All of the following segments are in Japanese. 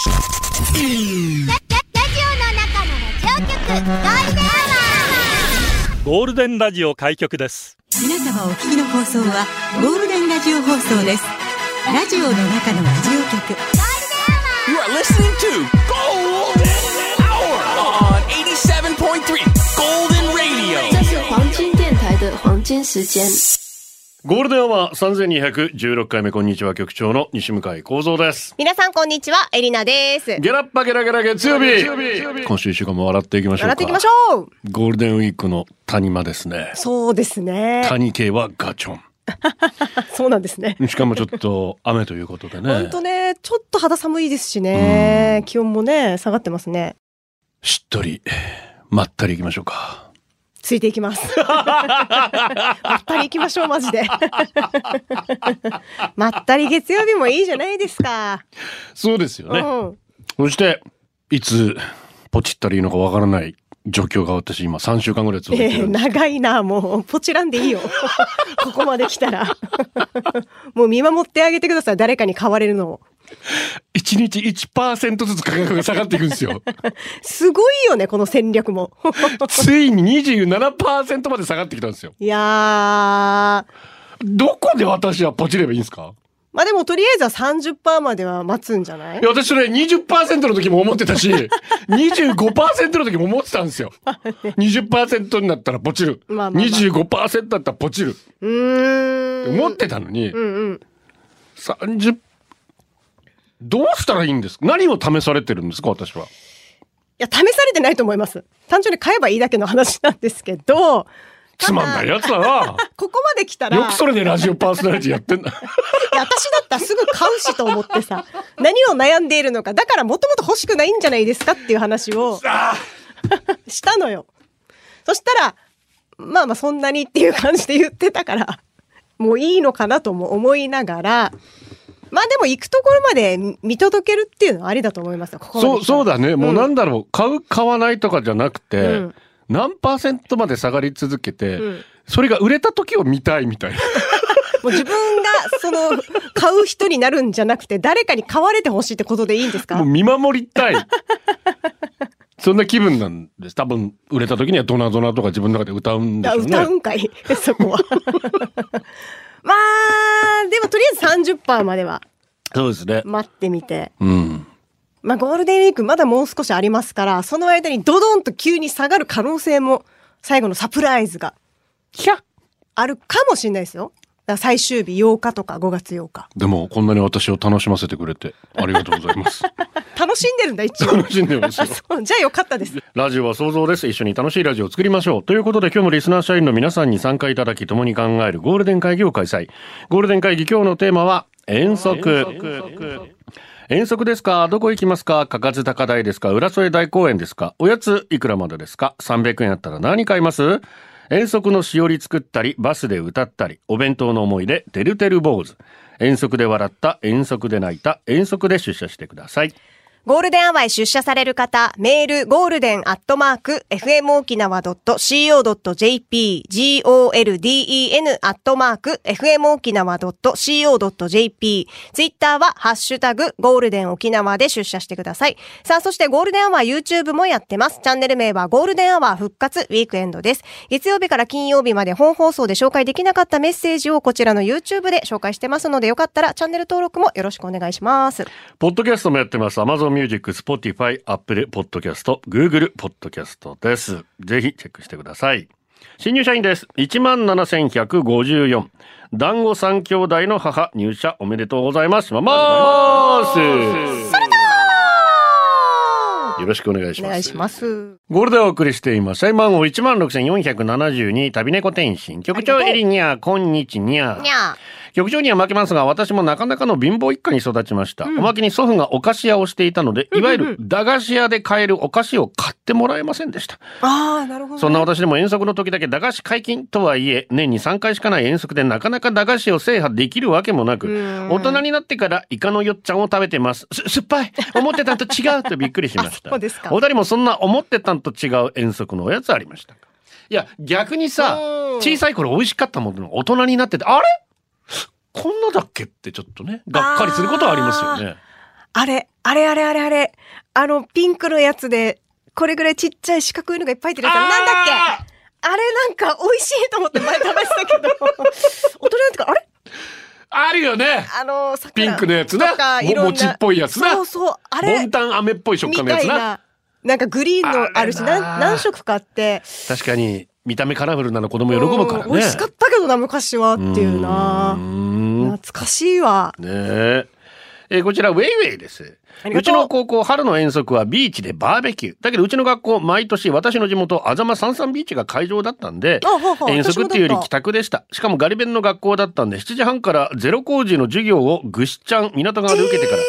ゴールデンラジオ開局です。 皆様お聞きの放送はゴールデンラジオ放送です。ラジオの中のラジオ局 You are listening to Golden Hour on 87.3 Golden Radio。 这是黄金電台的黄金時間。 ゴールデンアワー3216回目、こんにちは、局長の西向井光三です。 皆さんこんにちは、エリナです。 ゲラッパゲラゲラ月曜日、今週1週間も笑っていきましょうか。 笑っていきましょう。 ゴールデンウィークの谷間ですね。 そうですね、 谷系はガチョンそうなんですね。 しかもちょっと雨ということでね。 本当ね、ちょっと肌寒いですしね、気温もね下がってますね。 しっとりまったりいきましょうか。 ついていきますまったりいきましょう、マジでまったり月曜日もいいじゃないですか。 そうですよね、そしていつポチったらいいのかわからない状況が私今3週間ぐらい続いてるんです。 長いな、もうポチらんでいいよここまで来たらもう見守ってあげてください、誰かに買われるのを。 1日 1% ずつ価格が下がっていくんですよすごいよね、この戦略もついに 27% まで下がってきたんですよ。 いやー、 どこで私はポチればいいんですか。 まあでもとりあえずは 30% までは待つんじゃない？ いや、私それ 20% の時も思ってたし25% の時も思ってたんですよ20% になったらポチる、25% だったらポチる思ってたのに、30どうしたらいいんですか。何を試されてるんですか、私は。いや、試されてないと思います。単純に買えばいいだけの話なんですけど、 つまんないやつだなここまで来たらよくそれでラジオパーソナリティやってんだいや、私だったらすぐ買うしと思ってさ何を悩んでいるのか、だからもともと欲しくないんじゃないですかっていう話をしたのよ。そしたらまあまあそんなにっていう感じで言ってたから、もういいのかなとも思いながら、まあでも行くところまで見届けるっていうのはありだと思いますよ。 そうだね、もうなんだろう、買う買わないとかじゃなくて、何%まで下がり続けて、それが売れた時を見たいみたいなもう自分がその買う人になるんじゃなくて、誰かに買われてほしいってことでいいんですか。 もう見守りたいそんな気分なんです。多分売れた時にはドナドナとか自分の中で歌うんでしょうね。 歌うんかいそこはまあでもとりあえず 30% まではそうですね、 待ってみて、まあゴールデンウィークまだもう少しありますから、その間にドドンと急に下がる可能性も、最後のサプライズがあるかもしれないですよ。だから最終日8日とか5月8日。 でもこんなに私を楽しませてくれてありがとうございます楽しんでるんだ、一応楽しんでますよじゃあよかったです。 ラジオは想像です。一緒に楽しいラジオを作りましょう。ということで今日もリスナー社員の皆さんに参加いただき、共に考えるゴールデン会議を開催。ゴールデン会議、今日のテーマは遠足。遠足ですか。どこ行きますか。かかず高台ですか。浦添大公園ですか。おやついくらまでですか。300円あったら何買います。遠足のしおり作ったり、バスで歌ったり、お弁当の思い出、てるてる坊主。遠足で笑った、遠足で泣いた、遠足で出社してください。 ゴールデンアワーへ出社される方、メール、ゴールデン@fmokinawa.co.jp、golden@fmokinawa.co.jp、ツイッターは、ハッシュタグ、ゴールデン沖縄で出社してください。さあ、そしてゴールデンアワー YouTube もやってます。チャンネル名はゴールデンアワー復活ウィークエンドです。月曜日から金曜日まで本放送で紹介できなかったメッセージをこちらの YouTube で紹介してますので、よかったらチャンネル登録もよろしくお願いします。 ポッドキャストもやってます。Amazon Music、Spotify、Apple Podcast、Google Podcast です。ぜひチェックしてください。新入社員です。17,154。団子3兄弟の母、入社おめでとうございます。よろしくお願いします。 お願いします。 ゴールデンお送りしています。社員番号 16,472、旅猫天心。局長エリニャ、こんにちにゃ。局長には負けますが、私もなかなかの貧乏一家に育ちました。おまけに祖父がお菓子屋をしていたので、いわゆる駄菓子屋で買えるお菓子を買ってもらえませんでした。 ああ、なるほど、ね。 そんな私でも遠足の時だけ駄菓子解禁とはいえ、年に3回しかない遠足でなかなか駄菓子を制覇できるわけもなく、大人になってからイカのよっちゃんを食べてます。酸っぱい、思ってたんと違うとびっくりしました。 そうですか。 お二人もそんな思ってたんと違う遠足のおやつありましたか。いや、逆にさ、小さい頃美味しかったものが大人になってて、あれこんなだっけってちょっとね、がっかりすることはありますよね。 あれ。ピンクのやつで、これぐらいちっちゃい四角いのがいっぱい入ってるやつ。なんだっけ？あれなんか美味しいと思って前食べてたけど。大人なんてか、あれ？ あるよね。ピンクのやつな。餅っぽいやつな。 そう、あれ。 ボンタン飴っぽい食感のやつな。 なんかグリーンのあるし、何色かあって。 確かに、見た目カラフルなの子供喜ぶからね。 美味しかったけどな、昔はっていうな。懐かしいわ。 ねえ。こちら、ウェイウェイです。うちの高校、春の遠足はビーチでバーベキュー。だけど、うちの学校、毎年、私の地元、あざまサンサンビーチが会場だったんで、遠足っていうより帰宅でした。しかも、ガリ弁の学校だったんで、7時半からゼロ工事の授業をぐしちゃん、港川で受けてから、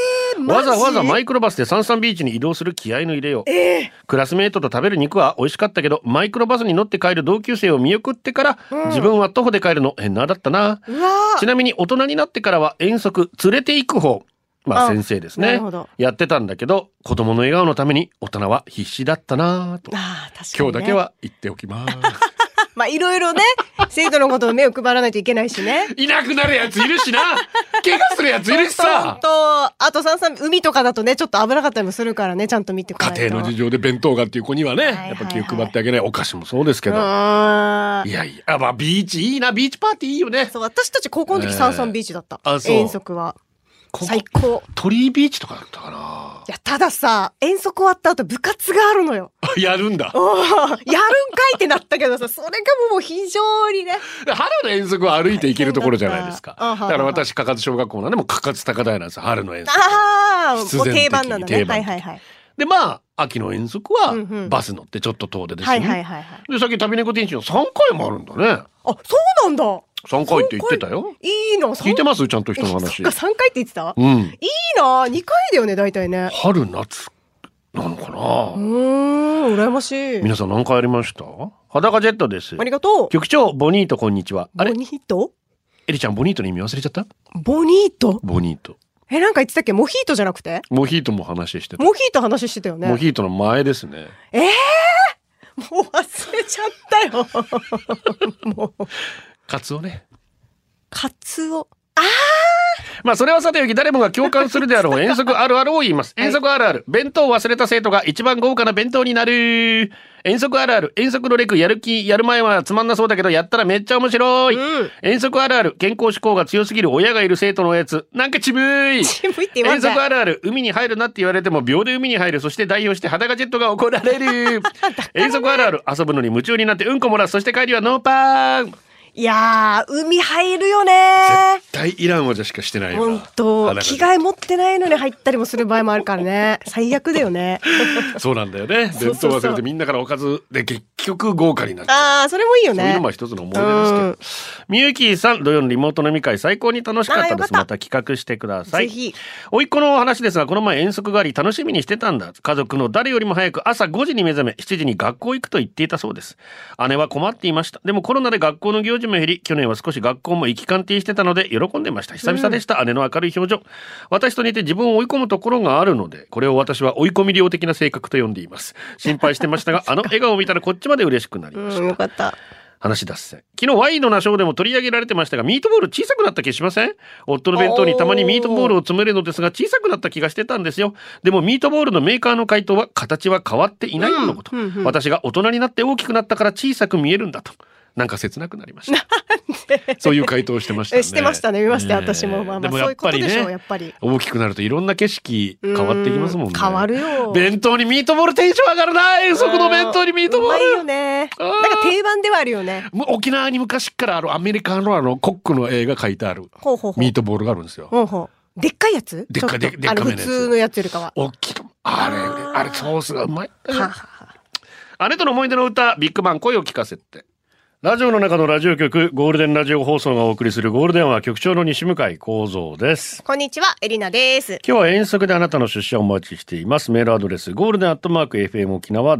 わざわざマイクロバスでサンサンビーチに移動する気合の入れよう。クラスメートと食べる肉は美味しかったけど、マイクロバスに乗って帰る同級生を見送ってから、自分は徒歩で帰るの変なだったな。ちなみに、大人になってからは遠足、連れて行く方。まあ先生ですね。やってたんだけど、子供の笑顔のために大人は必死だったなぁと。今日だけは言っておきます。 まあいろいろね、生徒のことを目を配らないといけないしね。 いなくなるやついるしな。怪我するやついるしさ。 あと海とかだとね、ちょっと危なかったりもするからね、ちゃんと見てこないと。 家庭の事情で弁当がっていう子にはね、やっぱ気を配ってあげない。お菓子もそうですけど。いや、まあビーチいいな、ビーチパーティーいいよね。 そう、私たち高校の時サンサンビーチだった。遠足は。最高。 鳥居ビーチとかだったかな。 いや、たださ、遠足終わった後部活があるのよ。 やるんだ。 やるんかいってなったけどさ、それがもう非常にね。 春の遠足は歩いて行けるところじゃないですか。だから私、かかつ小学校なんでもかかつ高台なんですよ、春の遠足。 もう定番なんだね。はい。 で、まあ、秋の遠足はバス乗ってちょっと遠出ですよね。で、さっき旅猫天使の3回もあるんだね。 そうなんだ。 3回って言ってたよ。 いいの。 聞いてますちゃんと人の話。 そっか、3回って言ってた？いいな。2回だよね、大体ね。 春、夏なのかな。 羨ましい。 皆さん何回ありました？裸ジェットです。 ありがとう。 局長、ボニートこんにちは。 ボニート？ エリちゃん、ボニートの意味忘れちゃった？ ボニート？ ボニート。 なんか言ってたっけ？モヒートじゃなくて？ モヒートも話してた。 モヒート話してたよね。 モヒートの前ですね。 もう忘れちゃったよ。もう。 カツオね。 カツオ。 まあそれはさておき誰もが共感するであろう遠足あるあるを言います。遠足あるある。弁当を忘れた生徒が一番豪華な弁当になる。遠足あるある。遠足のレクやる気やる前はつまんなそうだけどやったらめっちゃ面白い。遠足あるある。健康志向が強すぎる親がいる生徒のやつ。なんか渋い。 渋いって言わ遠足あるある。海に入るなって言われても秒で海に入る。そして代表して裸ジェットが怒られる。遠足あるある。遊ぶのに夢中になってうんこ漏らす。そして帰りはノーパン。 いやー、海入るよね。 絶対イランはじゃしかしてないよな。 本当。着替え持ってないのに入ったりもする場合もあるからね。最悪だよね。 そうなんだよね。弁当忘れてみんなからおかずで結局豪華になっちゃう。 それもいいよね。 そういうのも一つの思い出ですけど。みゆきさん、土曜のリモート飲み会最高に楽しかったです。また企画してください。 ぜひ。 おいっ子の話ですが、この前遠足があり楽しみにしてたんだ。家族の誰よりも早く朝5時に目覚め、7時に学校行くと言っていたそうです。姉は困っていました。でもコロナで学校の行事も減り、去年は少し学校も行き鑑定してたので喜んでました。久々でした。姉の明るい表情。私と似て自分を追い込むところがあるので、これを私は追い込み量的な性格と呼んでいます。心配してましたが、笑顔を見たらこっちまで嬉しくなりました。 よかった。 話脱線。昨日ワイドなショーでも取り上げられてましたが、ミートボール小さくなった気しません？夫の弁当にたまにミートボールを詰めるのですが、小さくなった気がしてたんですよ。でもミートボールのメーカーの回答は形は変わっていないとのこと。私が大人になって大きくなったから小さく見えるんだと。なんか切なくなりました。そういう回答をしてましたね。 してましたね。見ました、私も。まあまあそういうことでしょう、やっぱり。 大きくなるといろんな景色変わってきますもんね。 変わるよ。 弁当にミートボールテンション上がるな。遠足の弁当にミートボール。うまいよね。なんか定番ではあるよね。 沖縄に昔からアメリカのコックの絵が描いてあるミートボールがあるんですよ。 でっかいやつ？ でっかいめのやつ。 普通のやつよりかは。 大きい。あれソースがうまい。姉との思い出の歌、ビッグバン声を聞かせて。ラジオの中のラジオ局、ゴールデンラジオ放送がお送りするゴールデンは局長の西向井光三です。 こんにちは、エリナです。 今日は遠足であなたの出社をお待ちしています。メールアドレス、ゴールデン@FM 沖縄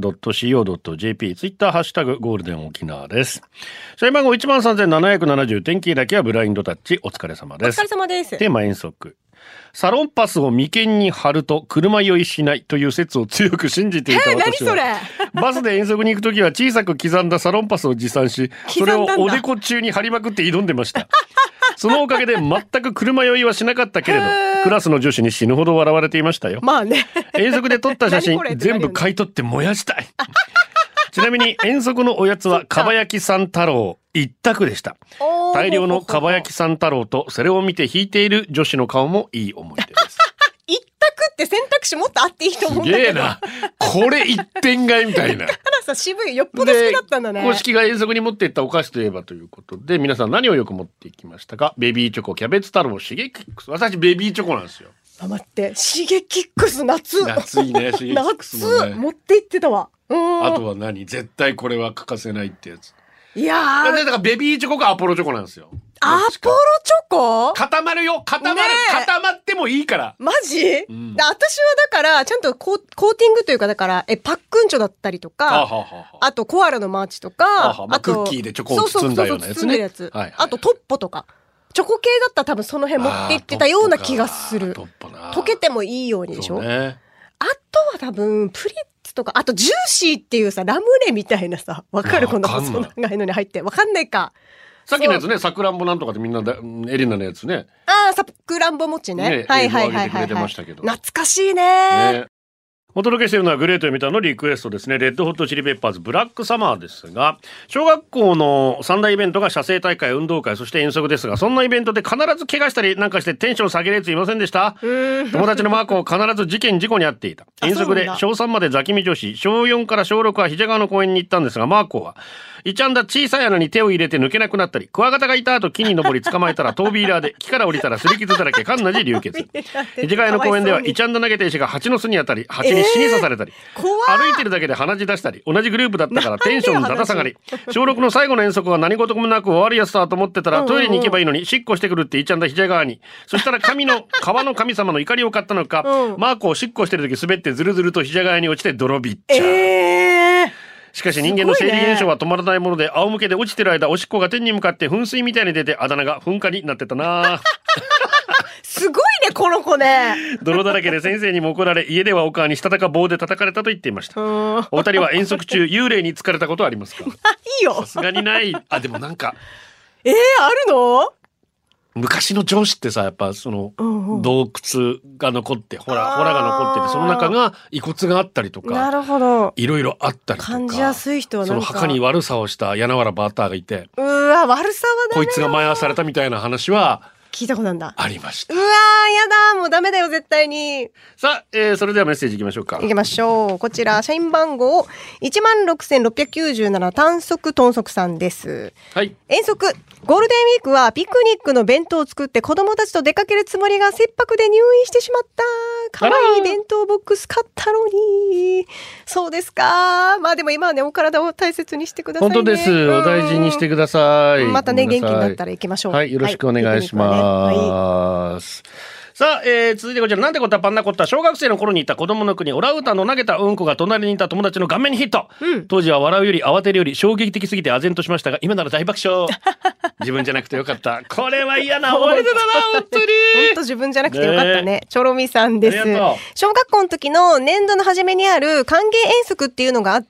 .co.jp、ツイッターハッシュタグ、ゴールデン沖縄です。社員番号 13,770、天気だけはブラインドタッチ、お疲れ様です。 お疲れ様です。 テーマ遠足。 サロンパスを眉間に貼ると車酔いしないという説を強く信じていた何私それはバスで遠足に行くときは小さく刻んだサロンパスを持参し、それをおでこ中に貼りまくって挑んでました。そのおかげで全く車酔いはしなかったけれど、クラスの女子に死ぬほど笑われていましたよ。 まあね。 遠足で撮った写真何これってなるよね全部買い取って燃やしたい。ちなみに遠足のおやつはかば焼き三太郎一択でした。大量のかば焼き三太郎とそれを見て引いている女子の顔もいい思い出です。 一択って選択肢もっとあっていいと思うんすだけど。 げえな。これ一点買いみたいな。 たださ、渋い、よっぽど好きだったんだね。 公式が遠足に持っていったお菓子といえばということで、皆さん何をよく持っていきましたか？ベビーチョコ、キャベツ太郎、シゲキックス。私ベビーチョコなんですよ。 あ、待って、シゲキックス夏。 夏いいね、シゲキックスもね。 夏持って行ってたわ。 あとは何？絶対これは欠かせないってやつ。 いやー。 だからベビーチョコかアポロチョコなんですよ。 アポロチョコ固まるよ、固まる、 ねえ固まってもいいから。 マジ、 ん私はだからちゃんとコーティングというか、だからパックンチョだったりとか、あとコアラのマーチとか、 あとクッキーでチョコを包んだようなやつね。 そうそうそう包んでるやつ、 はいはい、 あとトッポとかチョコ系だったら多分その辺持って行ってたような気がする。溶けてもいいようにでしょ、 ね、 あとは多分プリッツとか、あとジューシーっていうさラムネみたいなさ、わかる？この細長いのに入ってわかんないか。 さっきのやつね、さくらんぼなんとかでみんなエリナのやつね。 ああ、さくらんぼ餅ね。はいはいはいはい、懐かしいね。 お届けしているのはグレート読谷のリクエストですね。レッドホットチリペッパーズブラックサマーですが、小学校の三大イベントが写生大会、運動会、そして遠足ですが、そんなイベントで必ず怪我したりなんかしてテンション下げるやついませんでした？友達のマークを必ず事故に遭っていた。遠足で小3までザキミ女子、小4から小6は比謝川の公園に行ったんですが、マーコはイチャンダ小さい穴に手を入れて抜けなくなったり、クワガタがいた後木に登り捕まえたらトービーラーで木から降りたら擦り傷だらけ、カンナジ流血。比謝川の公園ではイチャンダ投げた石が蜂の巣に当たり、蜂に死に刺されたり、歩いてるだけで鼻血出したり、同じグループだったからテンションだだ下がり。小6の最後の遠足は何事もなく終わるやつだと思ってたら、トイレに行けばいいのにしっこしてくるってイチャンダ比謝川に。そしたら川の神様の怒りを買ったのか、マーコをしっこしてる時滑ってずるずると比謝川に落ちて泥びっちゃ。しかし人間の生理現象は止まらないもので、仰向けで落ちてる間おしっこが天に向かって噴水みたいに出て、あだ名が噴火になってたな。 すごいねこの子ね。 泥だらけで先生にも怒られ、家ではお母にしたたか棒で叩かれたと言っていました。お二人は遠足中幽霊に疲れたことありますか？ ないよ。 さすがにない。あ、でもなんかあるの？ 昔の上司ってさ、やっぱその洞窟が残ってホラが残ってて、その中が遺骨があったりとか、 なるほど、 いろいろあったりとか、 感じやすい人はなんかその墓に悪さをした柳原バーターがいて、 うわ悪さはだね、 こいつが迷わされたみたいな話は聞いたことなんだ。 ありました。 うわーやだ、もうダメだよ絶対に。 さあ、それではメッセージいきましょうか。 いきましょう。こちら社員番号 16,697 短足豚足さんです。 はい。 遠足ゴールデンウィークはピクニックの弁当を作って子供たちと出かけるつもりが切迫で入院してしまった。可愛い弁当ボックス買ったのに。そうですか。まあでも今はね、お体を大切にしてくださいね。 本当です。お大事にしてください。 またね、元気になったら行きましょう。 はい、よろしくお願いします。さあ、続いてこちら、なんてこったパンナコッタ。小学生の頃にいた子供の国オランウータンの投げたうんこが隣にいた友達の顔面にヒット、当時は笑うより慌てるより衝撃的すぎて唖然としましたが、今なら大爆笑。自分じゃなくてよかった。これは嫌な思い出だな、本当に。 本当自分じゃなくてよかったね。チョロミさんです。小学校の時の年度の初めにある歓迎遠足っていうのがあって、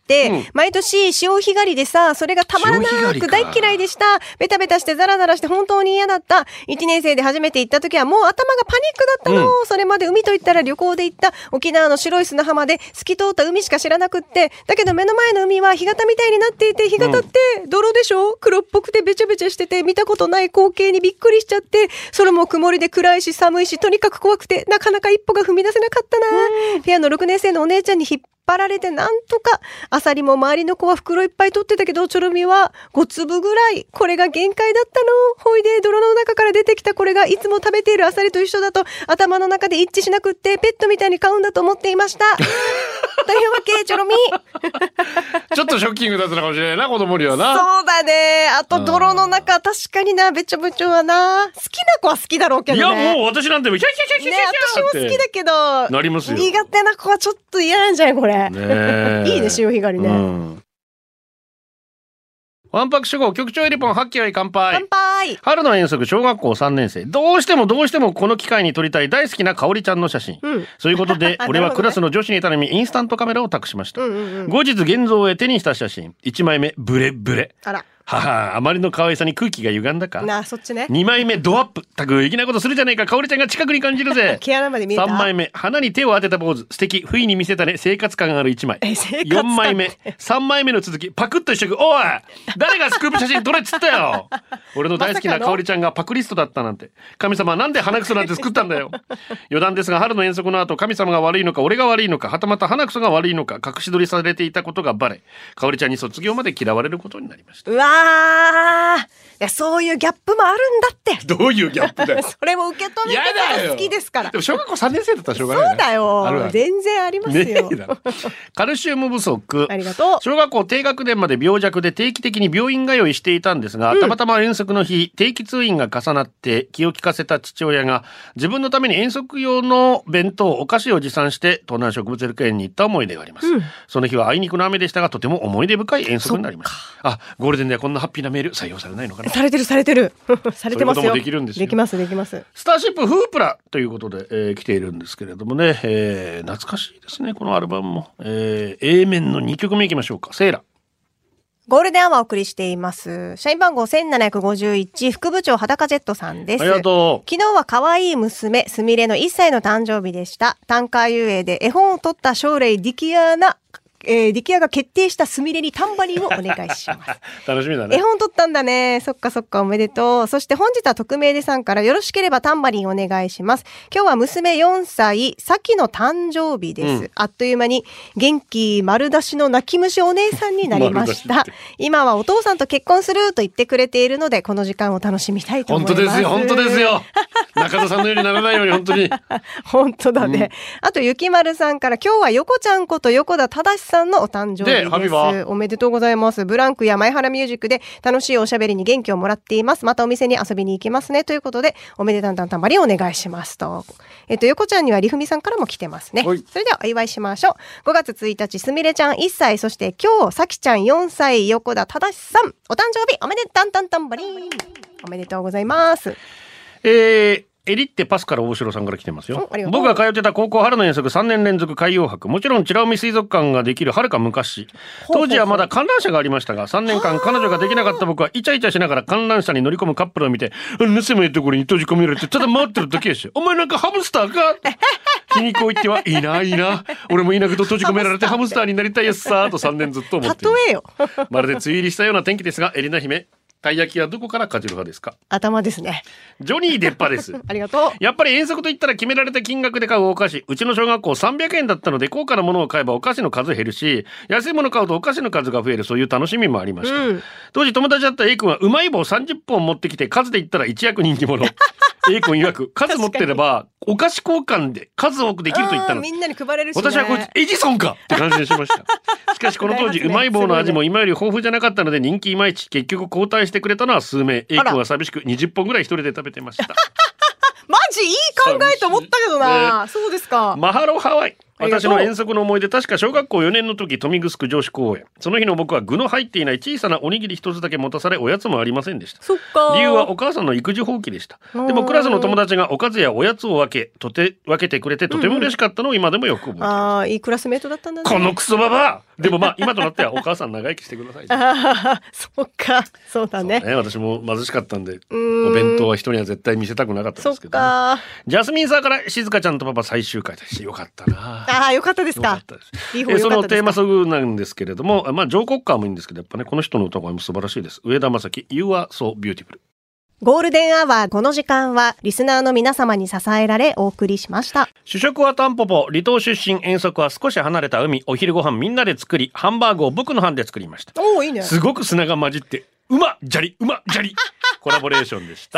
毎年潮干狩りでさ、それがたまらなく大嫌いでした。ベタベタしてザラザラして本当に嫌だった。1年生で初めて行った時はもう頭がパニックだったの。それまで海と言ったら旅行で行った沖縄の白い砂浜で透き通った海しか知らなくって、だけど目の前の海は干潟みたいになっていて、干潟って泥でしょ、黒っぽくてべちゃべちゃしてて見たことない光景にびっくりしちゃって、それも曇りで暗いし寒いしとにかく怖くてなかなか一歩が踏み出せなかったな。ペアの6年生のお姉ちゃんに引っ張られてなんとか、アサリも周りの子は袋いっぱい取ってたけどチョロミは5粒ぐらい、これが限界だったの。ほいで泥の中から出てきたこれがいつも食べているアサリと一緒だと頭の中で一致しなくってペットみたいに飼うんだと思っていましたというわけ、チョロミちょっとショッキングだったのかもしれないな、子供にはな。 そうだね。あと泥の中確かにな、べちょべちょはな、好きな子は好きだろうけどね。 いやもう私なんてもキャキャキャキャキャね、私も好きだけどなりますよ。 苦手な子はちょっと嫌なんじゃないこれ、 ね、 いいね、潮干狩りね、 ワンパク主語局長エリポンハッキー乾杯。 乾杯。 春の遠足小学校3年生。どうしてもこの機会に撮りたい大好きな香織ちゃんの写真。そういうことで俺はクラスの女子に頼みインスタントカメラを託しました。後日現像へ手にした写真。1枚目ブレブレ。 あら。 あまりの可愛さに空気が歪んだか。 そっちね。 2枚目ドアップ。たく粋なことするじゃないか。香織ちゃんが近くに感じるぜ。 毛穴まで見えた。 3枚目鼻に手を当てたポーズ。素敵。不意に見せたね。生活感ある1枚。4枚目3枚目の続き。パクッと一色。おい誰がスクープ写真撮れっつったよ。俺の大好きな香織ちゃんがパクリストだったなんて。神様なんで鼻くそなんて作ったんだよ。余談ですが春の遠足の後神様が悪いのか俺が悪いのかはたまた鼻くそが悪いのか隠し撮りされていたことがバレ、香織ちゃんに卒業まで嫌われることになりました。 うわー、いやそういうギャップもあるんだって。 どういうギャップだよ。 それも受け止めてたら好きですから。 でも小学校3年生だったらしょうがない、ね、 そうだよ。 ある全然ありますよ。 カルシウム不足。 ありがとう。 小学校低学年まで病弱で定期的に病院通いしていたんですが、たまたま遠足の日定期通院が重なって気を利かせた父親が自分のために遠足用の弁当お菓子を持参して東南植物園に行った思い出があります、その日はあいにくの雨でしたがとても思い出深い遠足になりました。あ、ゴールデンではこんなハッピーなメール採用されないのかな。 されてるされてるされてますよ。 そういうこともできるんですよ。 できますできます。 スターシップフープラということで、来ているんですけれどもね、懐かしいですねこのアルバムも、A 面の2曲目いきましょうか。セーラ。 ゴールデンアワーお送りしています。社員番号1751副部長裸ジェットさんです。 ありがとう。 昨日は可愛い娘すみれの1歳の誕生日でした。短歌遊泳で絵本を取った将来ディキアが決定したすみれにタンバリンをお願いします楽しみだね。 絵本取ったんだね。そっかそっか、おめでとう。そして本日は匿名でさんからよろしければタンバリンお願いします。今日は娘4歳さきの誕生日です、あっという間に元気丸出しの泣き虫お姉さんになりました今はお父さんと結婚すると言ってくれているのでこの時間を楽しみたいと思います。 本当ですよ中田さんのようにならないように本当に本当だね、あとゆきまるさんから今日は横ちゃんこと横田正さんのお誕生日です。おめでとうございます。ブランクや前原ミュージックで楽しいおしゃべりに元気をもらっています。またお店に遊びに行きますねということでおめでたんたんたんばりお願いしますと、横ちゃんにはりふみさんからも来てますね。それではお祝いしましょう。5月1日すみれちゃん1歳、そして今日さきちゃん4歳、横田正さんお誕生日おめでたんたんたんばりおめでとうございます。 エリってパスから大城さんから来てますよ。僕が通ってた高校春の遠足3年連続海洋博、もちろん美ら海水族館ができるはるか昔、当時はまだ観覧車がありましたが3年間彼女ができなかった僕はイチャイチャしながら観覧車に乗り込むカップルを見て盗めところに閉じ込められてただ回ってるだけですよ。お前なんかハムスターか皮肉を言ってはいないな、俺もいなくと閉じ込められてハムスターになりたいやつさと3年ずっと思っています。 例えよまるで梅雨入りしたような天気ですが、エリナ姫たい焼きはどこからかじる派ですか？ 頭ですね。 ジョニー出っ歯ですありがとう。 やっぱり遠足といったら決められた金額で買うお菓子、うちの小学校300円だったので高価なものを買えばお菓子の数減るし、安いもの買うとお菓子の数が増える、そういう楽しみもありました、当時友達だった A 君はうまい棒30本持ってきて数で言ったら一躍人気者A 君曰く数持ってればお菓子交換で数多くできると言ったの。 みんなに配れるしね。 私はこいつエジソンかって感じにしましたしかしこの当時うまい棒の味も今より豊富じゃなかったので人気いまいち、結局交代してくれたのは数名。A 君は寂しく20本ぐらい一人で食べてましたマジいい考えと思ったけどな、そうですか。 マハロハワイ。私の遠足の思い出、確か小学校4年の時、豊見城女子公園。その日の僕は具の入っていない小さなおにぎり一つだけ持たされ、おやつもありませんでした。 そっか。 理由はお母さんの育児放棄でした。でもクラスの友達がおかずやおやつを分けてくれてとても嬉しかったのを今でもよく覚えています。 いいクラスメートだったんだね。 このクソババア。でもまあ今となってはお母さん長生きしてください、 そっか、そうだね。 私も貧しかったんでお弁当は人には絶対見せたくなかったんですけど、ジャスミンサーから静香ちゃんとパパ最終回だしよかったな。 よかったですか。 そのテーマソングなんですけれども、ジョー・コッカーもいいんですけど、やっぱねこの人の歌声も素晴らしいです。上田正樹 You are so beautiful。 ゴールデンアワー、この時間はリスナーの皆様に支えられお送りしました。 主食はタンポポ、離島出身、遠足は少し離れた海、お昼ご飯みんなで作り、ハンバーグを僕の班で作りました。 いいね。 すごく砂が混じってうまじゃりコラボレーションでした。 そっ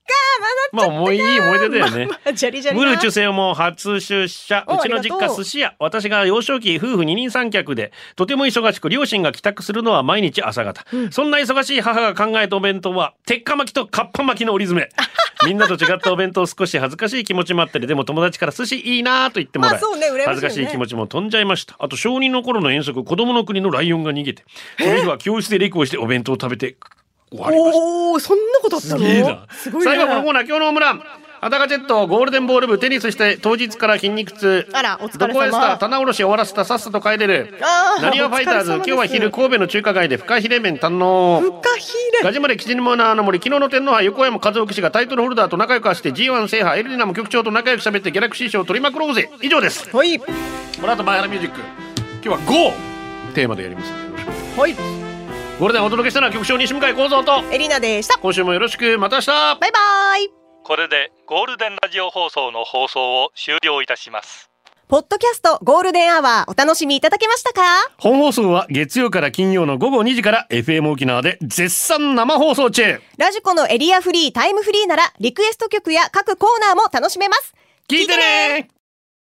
まあもういい思い出だよね。 ジャリジャリな。 ムルチュセも初出社。 おうちの実家ありがとう寿司屋。私が幼少期夫婦二人三脚でとても忙しく両親が帰宅するのは毎日朝方、そんな忙しい母が考えたお弁当は鉄火巻きとカッパ巻きの折り詰め。みんなと違ったお弁当、少し恥ずかしい気持ちもあったり、でも友達から寿司いいなと言ってもらい、 まあそうね、羨ましいよね。 恥ずかしい気持ちも飛んじゃいました。あと小2の頃の遠足、子供の国のライオンが逃げて、その日は教室でレクをしてお弁当を食べて終わりました。 おー、そんなことあったの？ すげえな。 すごいな。 最後このコーナー、今日のホームラン。裸ジェット、ゴールデンボール部、テニスして当日から筋肉痛。 あら、お疲どれこへした、 様。 棚卸し終わらせた、さっさと帰れる。なにわファイターズ、今日は昼神戸の中華街でフカヒレ麺堪能。 フカヒレ。 ガジマレ吉島の森、昨日の天皇杯横山和夫騎士がタイトルホルダーと仲良くして G1 制覇、エルリナも局長と仲良く喋ってギャラクシー賞を取りまくろうぜ。以上です。 はい。 この後前原ミュージック、今日は GO テーマでやりますのでよろしくお願いします。 はい。 ゴールデンお届けしたのは局長西向井幸三と、 エリナでした。 今週もよろしく。また明日。 バイバイ。 これでゴールデンラジオ放送の放送を終了いたします。 ポッドキャストゴールデンアワーお楽しみいただけましたか？ 本放送は月曜から金曜の午後2時から FM 沖縄で絶賛生放送中。 ラジコのエリアフリータイムフリーならリクエスト曲や各コーナーも楽しめます。 聞いてね。